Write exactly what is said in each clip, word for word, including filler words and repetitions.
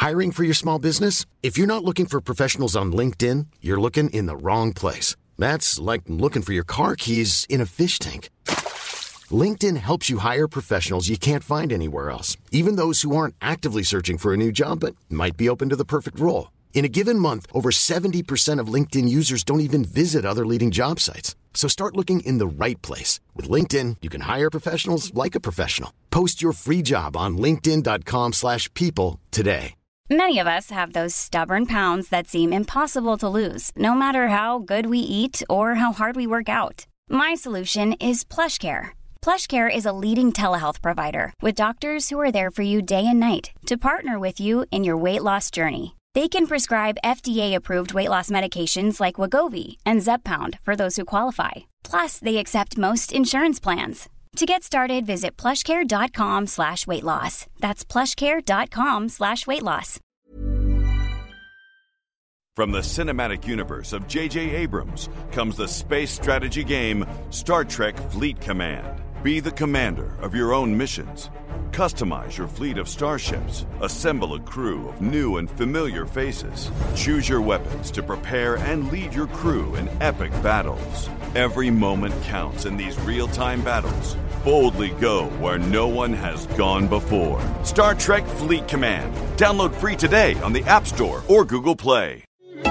Hiring for your small business? If you're not looking for professionals on LinkedIn, you're looking in the wrong place. That's like looking for your car keys in a fish tank. LinkedIn helps you hire professionals you can't find anywhere else, even those who aren't actively searching for a new job but might be open to the perfect role. In a given month, over seventy percent of LinkedIn users don't even visit other leading job sites. So start looking in the right place. With LinkedIn, you can hire professionals like a professional. Post your free job on linkedin dot com slash people today. Many of us have those stubborn pounds that seem impossible to lose, no matter how good we eat or how hard we work out. My solution is PlushCare. PlushCare is a leading telehealth provider with doctors who are there for you day and night to partner with you in your weight loss journey. They can prescribe F D A-approved weight loss medications like Wegovy and Zepbound for those who qualify. Plus, they accept most insurance plans. To get started, visit plushcare.com slash weight loss. That's plushcare.com slash weight loss. From the cinematic universe of J J Abrams comes the space strategy game Star Trek Fleet Command. Be the commander of your own missions. Customize your fleet of starships. Assemble a crew of new and familiar faces. Choose your weapons to prepare and lead your crew in epic battles. Every moment counts in these real-time battles. Boldly go where no one has gone before. Star Trek Fleet Command. Download free today on the App Store or Google Play.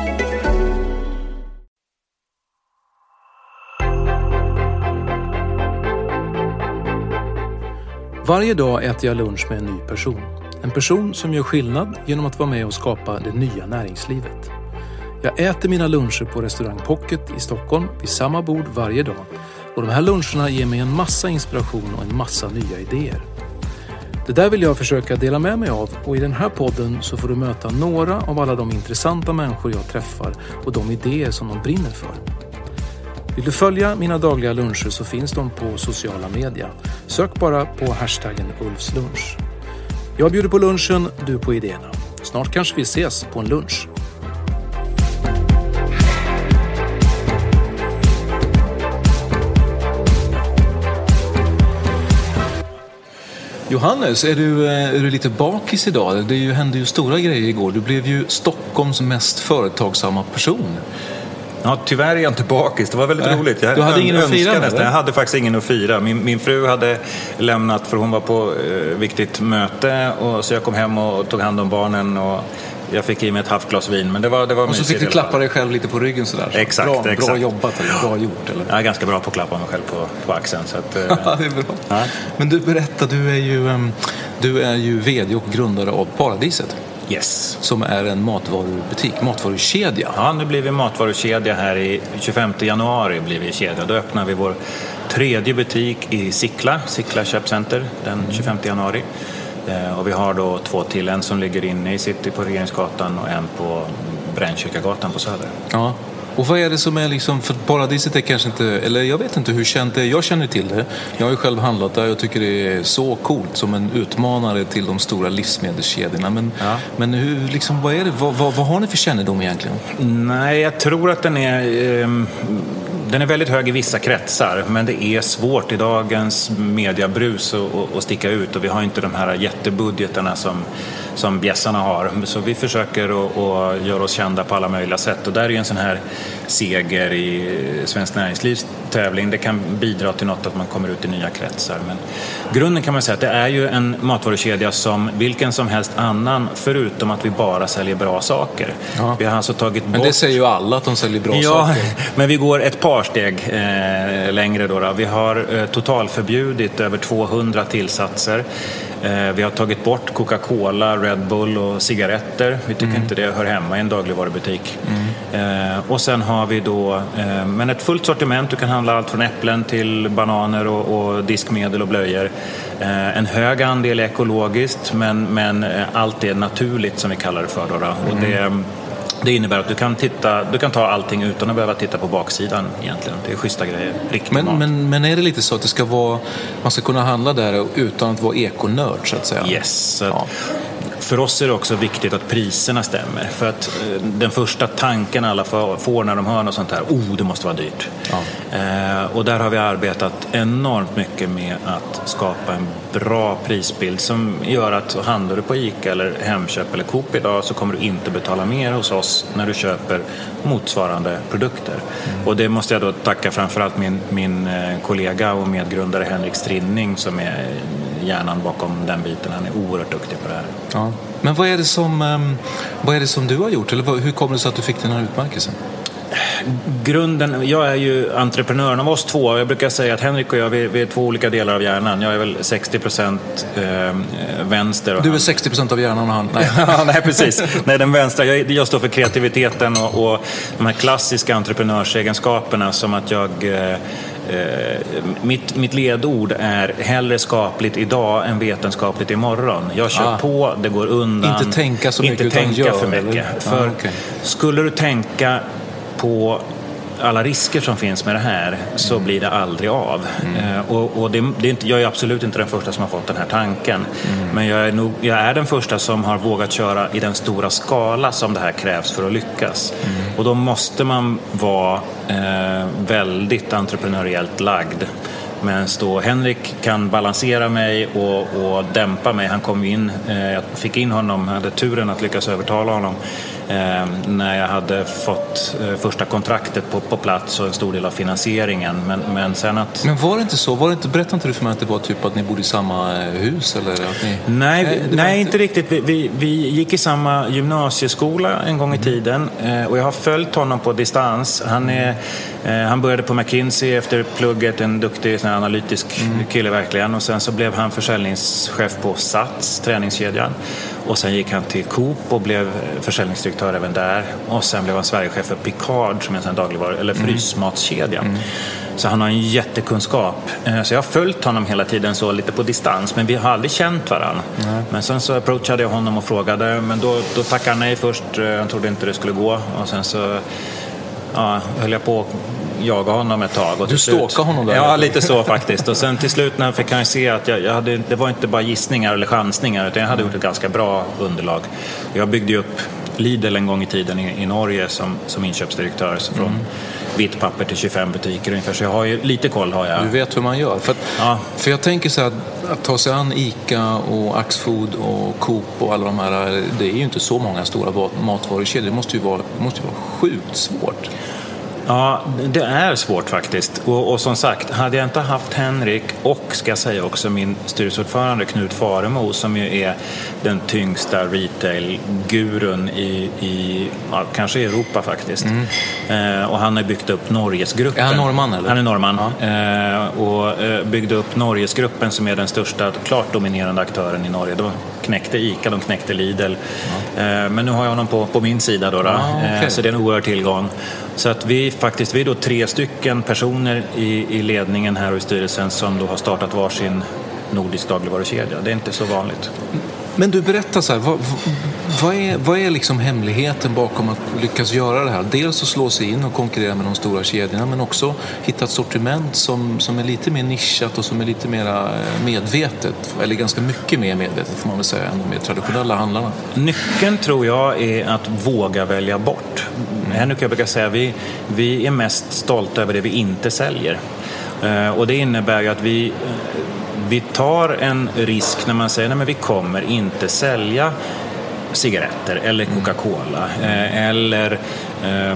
Varje dag äter jag lunch med en ny person. En person som gör skillnad genom att vara med och skapa det nya näringslivet. Jag äter mina luncher på restaurang Pocket i Stockholm vid samma bord varje dag. Och de här luncherna ger mig en massa inspiration och en massa nya idéer. Det där vill jag försöka dela med mig av, och i den här podden så får du möta några av alla de intressanta människor jag träffar och de idéer som de brinner för. Vill du följa mina dagliga luncher så finns de på sociala medier. Sök bara på hashtaggen Ulfslunch. Jag bjuder på lunchen, du på idéerna. Snart kanske vi ses på en lunch. Johannes, är du, är du lite bakis idag? Det ju, hände ju stora grejer igår. Du blev ju Stockholms mest företagsamma person. Ja, tyvärr är jag inte bakis. Det var väldigt äh, roligt. Jag du hade ingen att fira med? Jag hade faktiskt ingen att fira. Min, min fru hade lämnat för hon var på eh, viktigt möte. Och så jag kom hem och tog hand om barnen och jag fick i mig ett halvt glas vin. Men det var, det var och så fick du klappa dig själv lite på ryggen sådär. Så. Exakt, bra, exakt. Bra jobbat eller bra gjort? Eller? Jag är ganska bra på att klappa mig själv på, på axeln. Så att, eh, ja, det är bra. Ja. Men du berättar, du är ju, um, du är ju vd och grundare av Paradiset. Yes. Som är en matvarubutik, matvarukedja. Ja, nu blir vi matvarukedja här i tjugofemte januari blir vi kedja. Då öppnar vi vår tredje butik i Sickla, Sickla köpcenter den tjugofemte januari. Eh, och vi har då två till, en som ligger inne i city på Regeringsgatan och en på Brännkyrkagatan på Söder. Ja. Och vad är det som är liksom, för Paradiset är kanske inte, eller jag vet inte hur känt det är, jag känner till det. Jag har ju själv handlat där och jag tycker det är så coolt som en utmanare till de stora livsmedelskedjorna. Men, ja. men hur, liksom, vad är det, vad, vad, vad har ni för kännedom egentligen? Nej, jag tror att den är, eh, den är väldigt hög i vissa kretsar, men det är svårt i dagens mediabrus att, att sticka ut och vi har inte de här jättebudgeterna som som bjässarna har. Så vi försöker att, att göra oss kända på alla möjliga sätt. Och där är ju en sån här seger i Svensk Näringslivs tävling. Det kan bidra till något att man kommer ut i nya kretsar. Men grunden kan man säga att det är ju en matvarukedja som vilken som helst annan, förutom att vi bara säljer bra saker. Ja. Vi har alltså tagit bort... Men det säger ju alla att de säljer bra ja, saker. Men vi går ett par steg eh, längre då, då. Vi har eh, totalförbjudit över tvåhundra tillsatser. Vi har tagit bort Coca-Cola, Red Bull och cigaretter. Vi tycker mm. inte det hör hemma i en dagligvarubutik. Mm. Eh, och sen har vi då eh, men ett fullt sortiment. Du kan handla allt från äpplen till bananer och, och diskmedel och blöjor. Eh, en hög andel ekologiskt, men, men allt är naturligt som vi kallar det för. Då, då. Mm. Och det, det innebär att du kan, titta, du kan ta allting utan att behöva titta på baksidan egentligen. Det är schyssta grejer, riktigt men, mat. Men, men är det lite så att det ska vara, man ska kunna handla där utan att vara ekonörd så att säga? Yes. Ja. för oss är det också viktigt att priserna stämmer. För att eh, den första tanken alla får, får när de hör något sånt här, oh, det måste vara dyrt. Ja. Eh, och där har vi arbetat enormt mycket med att skapa en bra prisbild som gör att handlar du på ICA eller Hemköp eller Coop idag så kommer du inte betala mer hos oss när du köper motsvarande produkter. Mm. Och det måste jag då tacka framförallt min, min kollega och medgrundare Henrik Strinning som är hjärnan bakom den biten. Han är oerhört duktig på det här. Ja. Men vad är det som, um, vad är det som du har gjort? Eller hur kommer det sig att du fick den här utmärkelsen? Grunden, jag är ju entreprenören av oss två. Jag brukar säga att Henrik och jag, vi, vi är två olika delar av hjärnan. Jag är väl sextio procent eh, vänster. Och du är han... sextio procent av hjärnan och han... Nej, Nej precis. Nej, den vänstra. Jag, jag står för kreativiteten och, och de här klassiska entreprenörsegenskaperna som att jag... Eh, Eh, mitt, mitt ledord är hellre skapligt idag än vetenskapligt imorgon. Jag kör ah. på, det går undan. Inte tänka så mycket inte utan tänka gör, för mycket. Eller? För ah, okay. Skulle du tänka på alla risker som finns med det här så blir det aldrig av. Mm. Eh, och och det, det är inte, jag är absolut inte den första som har fått den här tanken. Mm. Men jag är, nog, jag är den första som har vågat köra i den stora skala som det här krävs för att lyckas. Mm. Och då måste man vara eh, väldigt entreprenöriellt lagd. Men då Henrik kan balansera mig och, och dämpa mig. Han kom in, eh, jag fick in honom, hade turen att lyckas övertala honom eh, när jag hade fått eh, första kontraktet på, på plats och en stor del av finansieringen. Men, men sen att... Men var det inte så? Var det inte, berättade inte du för mig att det var typ att ni bodde i samma hus? Eller att ni... Nej, nej, nej inte... inte riktigt. Vi, vi, vi gick i samma gymnasieskola en gång i tiden eh, och jag har följt honom på distans. Han, är, eh, han började på McKinsey efter plugget, en duktig analytisk mm. kille verkligen, och sen så blev han försäljningschef på Sats, träningskedjan, och sen gick han till Coop och blev försäljningsdirektör även där, och sen blev han Sverigechef för Picard som är en dagligvaror eller frysmatskedja. Mm. Så han har en jättekunskap. Så jag har följt honom hela tiden så lite på distans, men vi har aldrig känt varandra. Mm. Men sen så approachade jag honom och frågade, men då, då tackade han nej först. Han trodde inte det skulle gå, och sen så ja, höll jag på jaga honom ett tag. Och du stalkade honom där? Ja, lite så faktiskt. Och sen till slut när fick han se att jag, jag hade, det var inte bara gissningar eller chansningar, utan jag hade gjort ett ganska bra underlag. Jag byggde ju upp Lidl en gång i tiden i, i Norge som, som inköpsdirektör, så från mm. vitt papper till tjugofem butiker ungefär. Så jag har ju lite koll har jag. Du vet hur man gör. För, att, ja. för jag tänker så här, att ta sig an ICA och Axfood och Coop och alla de här, det är ju inte så många stora matvarukedjor. Det måste ju vara, det måste ju vara sjukt svårt. Ja, det är svårt faktiskt. Och, och som sagt, hade jag inte haft Henrik och, ska jag säga också, min styrelseordförande Knut Faremo, som ju är den tyngsta retail-gurun i, i ja, kanske i Europa faktiskt. Mm. Eh, och han har byggt upp Norgesgruppen. Är han norrman eller? Han är norrman. Ja. Eh, och eh, byggde upp Norgesgruppen som är den största, klart dominerande aktören i Norge. De knäckte ICA, de knäckte Lidl. Ja. Eh, men nu har jag honom på, på min sida då. då. Ja, okay. eh, så det är en oerhörd tillgång. Så att vi faktiskt, vi är då tre stycken personer i, i ledningen här och i styrelsen som då har startat varsin nordisk dagligvarukedja. Det är inte så vanligt. Men du, berättar så här, vad, vad är, vad är liksom hemligheten bakom att lyckas göra det här? Dels att slå sig in och konkurrera med de stora kedjorna, men också hitta ett sortiment som, som är lite mer nischat och som är lite mer medvetet, eller ganska mycket mer medvetet får man väl säga, än de mer traditionella handlarna. Nyckeln tror jag är att våga välja bort. Mm. Här nu kan jag brukar säga, vi, vi är mest stolta över det vi inte säljer. Och det innebär ju att vi Vi tar en risk när man säger att vi kommer inte sälja cigaretter eller Coca-Cola eh, eller eh,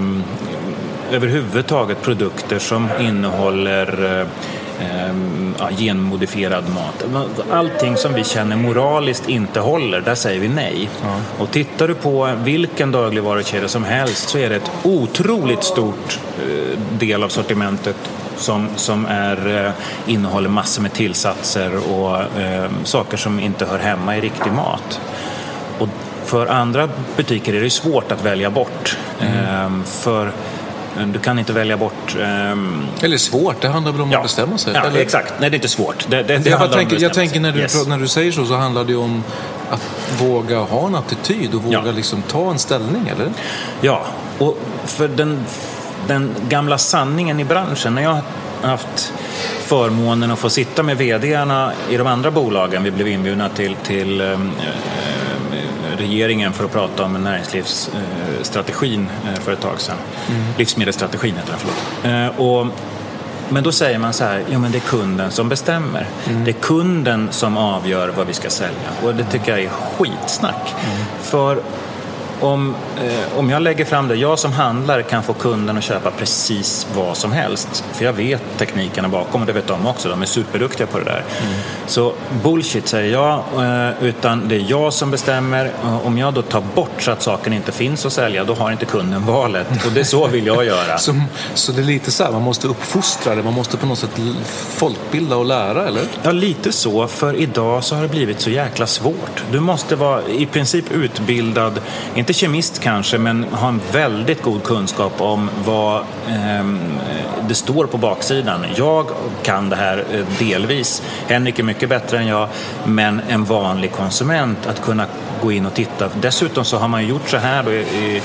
överhuvudtaget produkter som innehåller eh, ja, genmodifierad mat. Allting som vi känner moraliskt inte håller, där säger vi nej. Ja. Och tittar du på vilken dagligvarukedja som helst så är det ett otroligt stort eh, del av sortimentet Som, som är, eh, innehåller massor med tillsatser och eh, saker som inte hör hemma i riktig mat. Och för andra butiker är det svårt att välja bort. Mm. Eh, för du kan inte välja bort... Eh, eller svårt, det handlar väl om ja, att bestämma sig? Ja, eller? Exakt. Nej, det är inte svårt. Det, det, det jag tänker, jag tänker när, du, yes. när du säger så, så handlar det om att våga ha en attityd och våga ja. liksom ta en ställning, eller? Ja, och för den, den gamla sanningen i branschen, när jag haft förmånen att få sitta med vdarna i de andra bolagen. Vi blev inbjudna till, till eh, regeringen för att prata om näringslivsstrategin för ett tag sedan. Mm. Livsmedelsstrategin heter den, förlåt. Och men då säger man så här, ja men det är kunden som bestämmer. Mm. Det är kunden som avgör vad vi ska sälja. Och det tycker jag är skitsnack. Mm. För om, eh, om jag lägger fram det, jag som handlare kan få kunden att köpa precis vad som helst. För jag vet teknikerna bakom och det vet de också. De är superduktiga på det där. Mm. Så bullshit säger jag, eh, utan det är jag som bestämmer. Om jag då tar bort så att saken inte finns att sälja, då har inte kunden valet. Och det är så vill jag göra. så, så det är lite så här, man måste uppfostra det, man måste på något sätt folkbilda och lära, eller? Ja, lite så. För idag så har det blivit så jäkla svårt. Du måste vara i princip utbildad, inte kemist kanske, men ha en väldigt god kunskap om vad eh, det står på baksidan. Jag kan det här eh, delvis. Henrik är mycket bättre än jag, men en vanlig konsument att kunna gå in och titta. Dessutom så har man gjort så här då i, i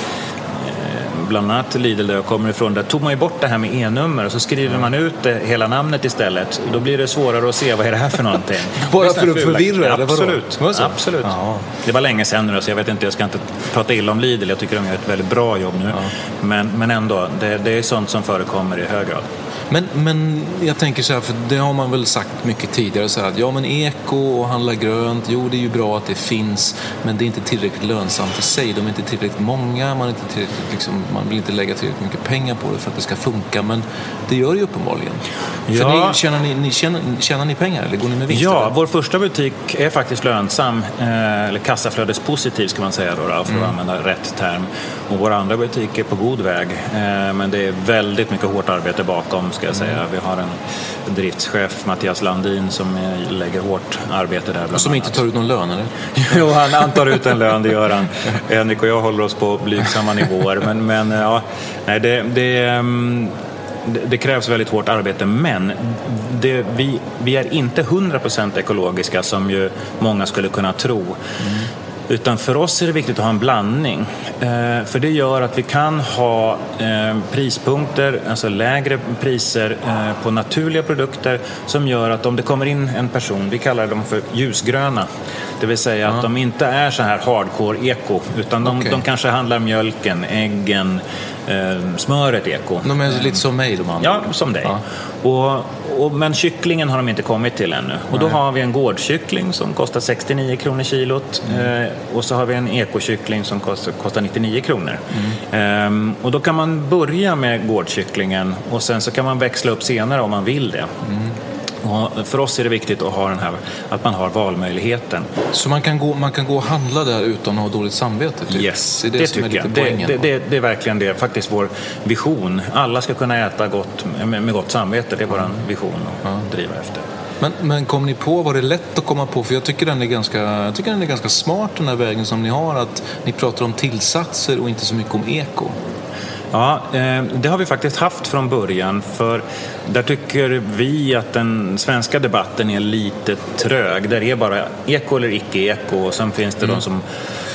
bland annat Lidl där jag kommer ifrån, där tog man ju bort det här med e-nummer och så skriver man ut det, hela namnet istället. Då blir det svårare att se vad är det här för någonting. Bara för att förvirra? Ja, absolut. Det absolut. Ja. Det var länge sedan nu så jag vet inte, jag ska inte prata illa om Lidl. Jag tycker de gör ett väldigt bra jobb nu. Ja. Men, men ändå, det, det är sånt som förekommer i hög grad. Men, men jag tänker så här, för det har man väl sagt mycket tidigare så här, att ja men eko och handla grönt, jo det är ju bra att det finns, men det är inte tillräckligt lönsamt i sig, de är inte tillräckligt många, man, är inte tillräckligt, liksom, man vill inte lägga tillräckligt mycket pengar på det för att det ska funka, men det gör det ju uppenbarligen. Ja. För ni, tjänar, ni, ni, tjänar, tjänar ni pengar eller går ni med vinst? Ja, eller? Vår första butik är faktiskt lönsam, eh, eller kassaflödespositiv ska man säga då, då för att mm. använda rätt term. Och vår andra butik är på god väg, eh, men det är väldigt mycket hårt arbete bakom ska jag säga. Mm. Vi har en driftschef, Mattias Landin, som lägger hårt arbete där. Och som inte tar ut någon lön, eller? Jo, han, han tar ut en lön, det gör han. Henrik och jag håller oss på blygsamma nivåer. Men, men ja, nej, det, det, det, det krävs väldigt hårt arbete. Men det, vi, vi är inte hundra procent ekologiska som ju många skulle kunna tro. Mm. Utan för oss är det viktigt att ha en blandning. Eh, för det gör att vi kan ha eh, prispunkter, alltså lägre priser eh, på naturliga produkter som gör att om det kommer in en person, vi kallar dem för ljusgröna. Det vill säga ja. att de inte är så här hardcore eko, utan de, okay. de kanske handlar mjölken, äggen, eh, smöret eko. De är lite som mig, de andra. Ja, som dig. Ja. Och, och, men kycklingen har de inte kommit till ännu. Och då Nej. har vi en gårdkyckling som kostar sextionio kronor kilot. Mm. Eh, och så har vi en ekokyckling som kostar, kostar nittionio kronor. Mm. Eh, och då kan man börja med gårdkycklingen och sen så kan man växla upp senare om man vill det. Mm. Och för oss är det viktigt att ha den här, att man har valmöjligheten. Så man kan gå, man kan gå och handla där utan att ha dåligt samvete? Typ. Yes, det, är det, det tycker jag. Det, det, det, det är verkligen det, faktiskt vår vision. Alla ska kunna äta gott, med, med gott samvete. Det är vår mm. vision att ja. driva efter. Men, men kom ni på, var det lätt att komma på? För jag tycker den är ganska, jag tycker den är ganska smart, den här vägen som ni har. Att ni pratar om tillsatser och inte så mycket om eko. Ja, det har vi faktiskt haft från början, för där tycker vi att den svenska debatten är lite trög. Där är bara eko eller icke-eko, och sen finns det mm. de som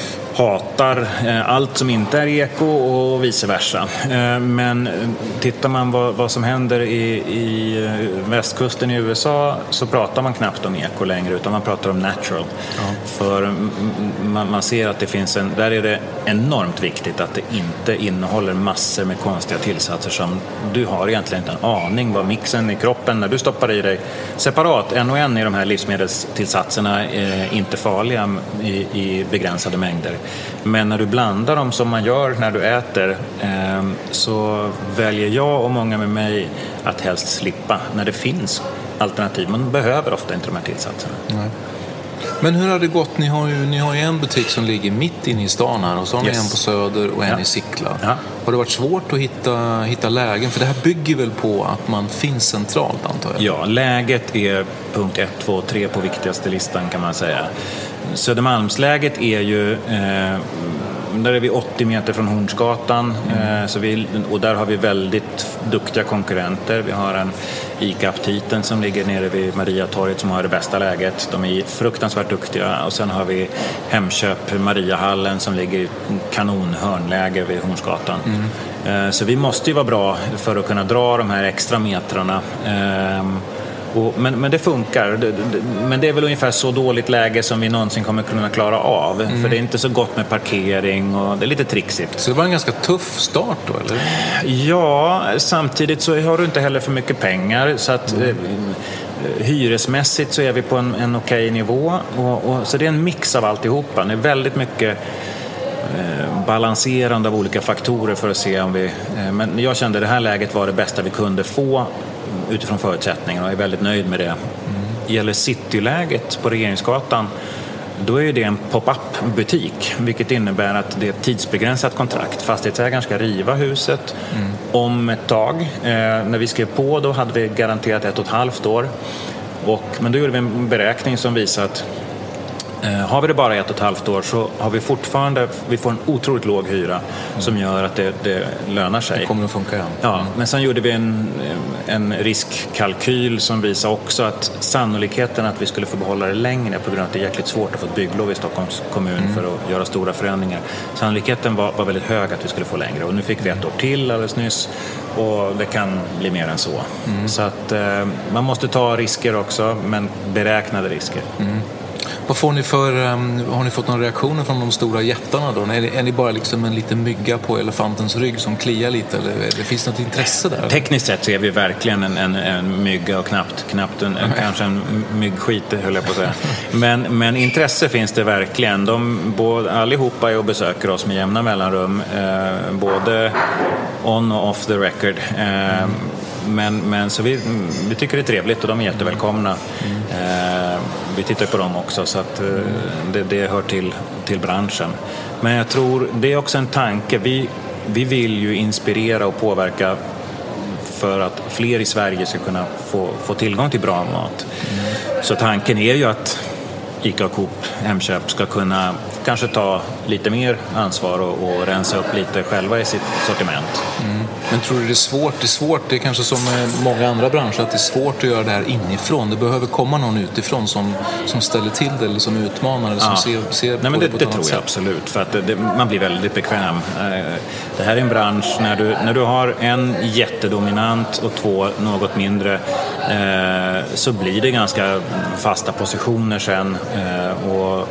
hatar allt som inte är eko och vice versa. Men tittar man vad, vad som händer i, i västkusten i U S A så pratar man knappt om eko längre, utan man pratar om natural. Ja. För man, man ser att det finns en, där är det enormt viktigt att det inte innehåller massor med konstiga tillsatser som du har egentligen inte en aning vad mixen i kroppen, när du stoppar i dig separat, en och en i de här livsmedelstillsatserna är inte farliga i, i begränsade mängder. Men när du blandar dem som man gör när du äter eh, så väljer jag och många med mig att helst slippa när det finns alternativ. Man behöver ofta inte de här tillsatserna. Nej. Men hur har det gått? Ni har ju, ni har ju en butik som ligger mitt inne i stan här, och så har yes. ni en på Söder och en ja. i Sickla. Ja. Har det varit svårt att hitta, hitta lägen? För det här bygger väl på att man finns centralt, antar jag? Ja, läget är punkt ett, två, tre på viktigaste listan kan man säga. Södermalmsläget är ju, eh, där är vi åttio meter från Hornsgatan, mm. eh, så vi, och där har vi väldigt duktiga konkurrenter. Vi har en ICA-aptiten som ligger nere vid Mariatorget som har det bästa läget. De är fruktansvärt duktiga, och sen har vi Hemköp Mariahallen som ligger i kanonhörnläge vid Hornsgatan. Mm. Eh, så vi måste ju vara bra för att kunna dra de här extra metrarna. Eh, Och, men, men det funkar. Det, det, men det är väl ungefär så dåligt läge som vi någonsin kommer kunna klara av. Mm. För det är inte så gott med parkering och det är lite trixigt. Så det var en ganska tuff start då, eller? Ja, samtidigt så har du inte heller för mycket pengar. Så att mm. eh, hyresmässigt så är vi på en, en okej nivå. Och, och, så det är en mix av alltihopa. Det är väldigt mycket eh, balanserande av olika faktorer för att se om vi... Eh, men jag kände att det här läget var det bästa vi kunde få utifrån förutsättningarna och är väldigt nöjd med det. Mm. Gäller cityläget på Regeringsgatan, då är det en pop-up-butik, vilket innebär att det är ett tidsbegränsat kontrakt. Fastighetsägaren ska riva huset mm. om ett tag. Eh, när vi skrev på då hade vi garanterat ett och ett halvt år. Och, men då gjorde vi en beräkning som visar att eh, har vi det bara ett och ett halvt år så har vi fortfarande, vi får en otroligt låg hyra mm. som gör att det, det lönar sig. Det kommer att funka, ja. Ja, men sen gjorde vi en, en riskkalkyl som visar också att sannolikheten att vi skulle få behålla det längre på grund av att det är jäkligt svårt att få ett bygglov i Stockholms kommun mm. för att göra stora förändringar. Sannolikheten var, var väldigt hög att vi skulle få längre och nu fick vi ett år till alldeles nyss och det kan bli mer än så. Mm. Så att eh, man måste ta risker också, men beräknade risker. Mm. Vad får ni för, um, har ni fått några reaktioner från de stora jättarna då? Är ni, är ni bara liksom en liten mygga på elefantens rygg som kliar lite? Eller, eller finns det något intresse där? Tekniskt sett så är vi verkligen en, en, en mygga och knappt, knappt en, en, kanske en myggskit, höll jag på att säga. Men, men intresse finns det verkligen. De, både, allihopa är och besöker oss med jämna mellanrum. Eh, både on och off the record. Eh, mm. Men, men så vi, vi tycker det är trevligt och de är jättevälkomna. Mm. Eh, vi tittar på dem också så att eh, det, det hör till, till branschen. Men jag tror det är också en tanke. Vi, vi vill ju inspirera och påverka för att fler i Sverige ska kunna få, få tillgång till bra mat. Mm. Så tanken är ju att ICA och Coop, Hemköp ska kunna kanske ta lite mer ansvar och, och rensa upp lite själva i sitt sortiment. Mm. Men tror du det är svårt? Det är svårt, det är kanske som med många andra branscher att det är svårt att göra det här inifrån. Det behöver komma någon utifrån som, som ställer till det eller som utmanar eller som ja. ser, ser Nej, på men det, det på det ett tror annat jag sätt. Absolut, för att det, det, man blir väldigt bekväm. Det här är en bransch när du, när du har en jättedominant och två något mindre eh, så blir det ganska fasta positioner sen eh, och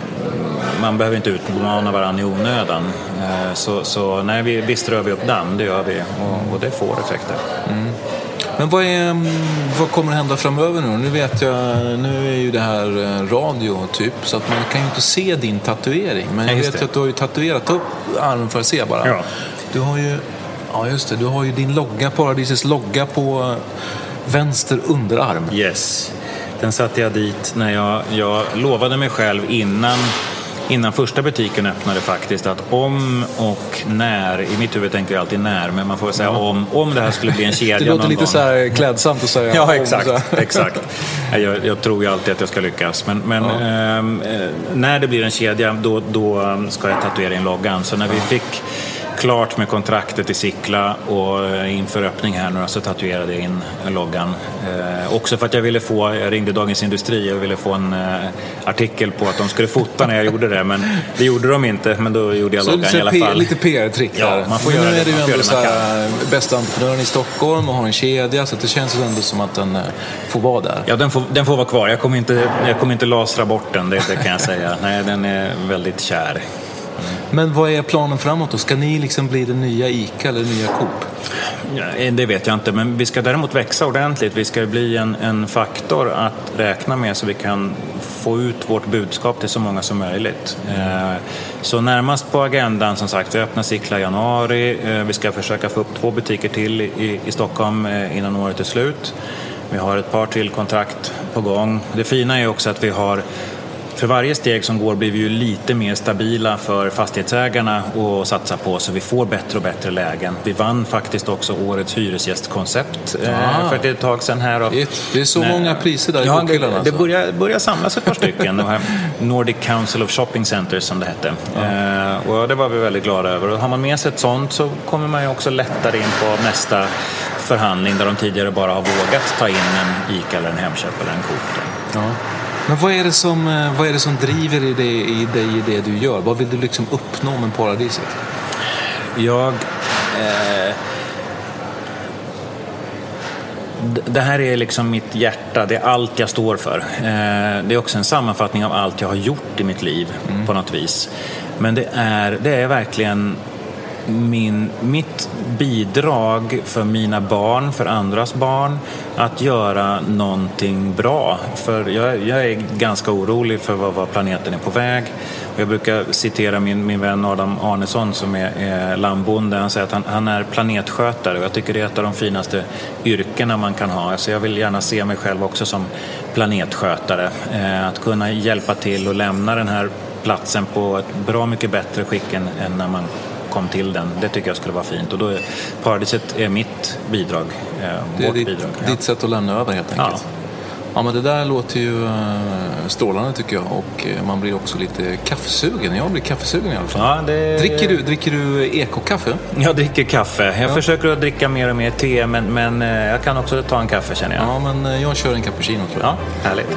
man behöver inte utmana varandra i onödan. Så, så nej, vi, visst rör vi upp damm, det gör vi och, och det får effekter. Mm. Men vad, är, vad kommer att hända framöver nu? Nu vet jag, nu är ju det här radio typ så att man kan ju inte se din tatuering. Men jag vet ju att du har ju tatuerat upp armen för att se bara. Ja. Du har ju, ja just det, du har ju din logga, Paradisets logga på vänster underarm. Yes. Den satte jag dit när jag, jag lovade mig själv innan, innan första butiken öppnade faktiskt att om och när, i mitt huvud tänker jag alltid när, men man får säga ja. om, om det här skulle bli en kedja. Det låter någon lite gång. Så här klädsamt att säga. Ja, exakt. exakt. Jag, jag tror ju alltid att jag ska lyckas. Men, men ja. eh, när det blir en kedja då, då ska jag tatuera in loggan. Så när vi fick klart med kontraktet i Sickla och inför öppning här nu så tatuerade jag in loggan. Eh, också för att jag ville få, jag ringde Dagens Industri och ville få en eh, artikel på att de skulle fota när jag gjorde det, men det gjorde de inte, men då gjorde jag loggan så i alla P- fall. Lite P R-trick där. Ja, man får nu göra är det, det ju man ändå får så göra här, bästa entreprenören i Stockholm och har en kedja så det känns ändå som att den får vara där. Ja, den får, den får vara kvar. Jag kommer inte, jag kommer inte lasra bort den, det, det kan jag säga. Nej, den är väldigt kär. Men vad är planen framåt då? Ska ni liksom bli det nya ICA eller nya Coop? Ja, det vet jag inte, men vi ska däremot växa ordentligt. Vi ska bli en, en faktor att räkna med så vi kan få ut vårt budskap till så många som möjligt. Eh, så närmast på agendan, som sagt, vi öppnar Sickla i januari. Eh, vi ska försöka få upp två butiker till i, i Stockholm eh, innan året är slut. Vi har ett par till kontrakt på gång. Det fina är också att vi har för varje steg som går blir vi ju lite mer stabila för fastighetsägarna att satsa på så vi får bättre och bättre lägen. Vi vann faktiskt också årets hyresgästkoncept ah. för ett tag sedan här. Och, det är så nej, många priser där ja, i bokhyllan. Det, alltså. det börjar, börjar samlas ett par stycken. De här Nordic Council of Shopping Centers som det hette. Ah. Eh, och det var vi väldigt glada över. Och har man med sig ett sånt så kommer man ju också lättare in på nästa förhandling där de tidigare bara har vågat ta in en ICA eller en Hemköp eller en Coop. Ja. Men vad är det som, vad är det som driver i, det, i dig i det du gör? Vad vill du liksom uppnå med Paradiset? Jag... Eh, det här är liksom mitt hjärta, det är allt jag står för. Eh, det är också en sammanfattning av allt jag har gjort i mitt liv mm. på något vis. Men det är, det är verkligen min, mitt bidrag för mina barn, för andras barn, att göra någonting bra. För jag, jag är ganska orolig för vad, vad planeten är på väg. Och jag brukar citera min, min vän Adam Arnesson som är, är lammbonde. Han säger att han, han är planetskötare och jag tycker det är ett av de finaste yrkena man kan ha. Så jag vill gärna se mig själv också som planetskötare. Eh, att kunna hjälpa till och lämna den här platsen på ett bra mycket bättre skick än, än när man kom till den. Det tycker jag skulle vara fint. Och då är paradiset är mitt bidrag. Eh, det är vårt ditt, bidrag. Ja. Ditt sätt att lämna över helt enkelt. Ja. Ja, men det där låter ju strålande tycker jag. Och man blir också lite kaffesugen. Jag blir kaffesugen i alla fall. Ja, det... dricker, du, dricker du ekokaffe? Jag dricker kaffe. Jag ja. försöker att dricka mer och mer te. Men, men jag kan också ta en kaffe, känner jag. Ja, men jag kör en cappuccino tror jag. Ja, härligt.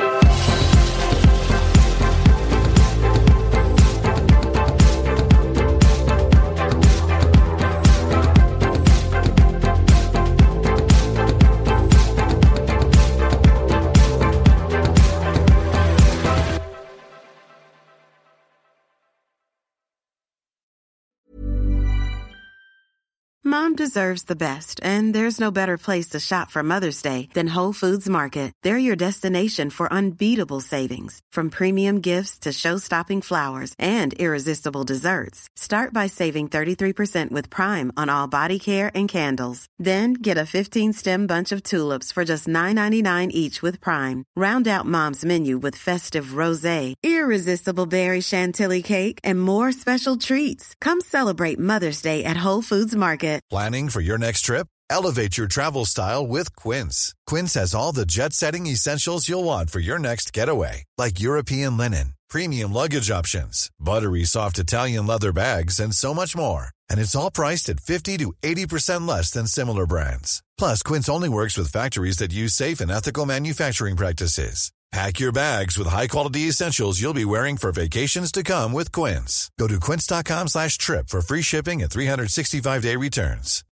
Mom deserves the best, and there's no better place to shop for Mother's Day than Whole Foods Market. They're your destination for unbeatable savings, from premium gifts to show-stopping flowers and irresistible desserts. Start by saving thirty-three percent with Prime on all body care and candles. Then get a fifteen-stem bunch of tulips for just nine ninety-nine each with Prime. Round out Mom's menu with festive rosé, irresistible berry chantilly cake, and more special treats. Come celebrate Mother's Day at Whole Foods Market. Planning for your next trip? Elevate your travel style with Quince. Quince has all the jet-setting essentials you'll want for your next getaway, like European linen, premium luggage options, buttery soft Italian leather bags, and so much more. And it's all priced at fifty to eighty percent less than similar brands. Plus, Quince only works with factories that use safe and ethical manufacturing practices. Pack your bags with high-quality essentials you'll be wearing for vacations to come with Quince. Go to quince.com slash trip for free shipping and three sixty-five day returns.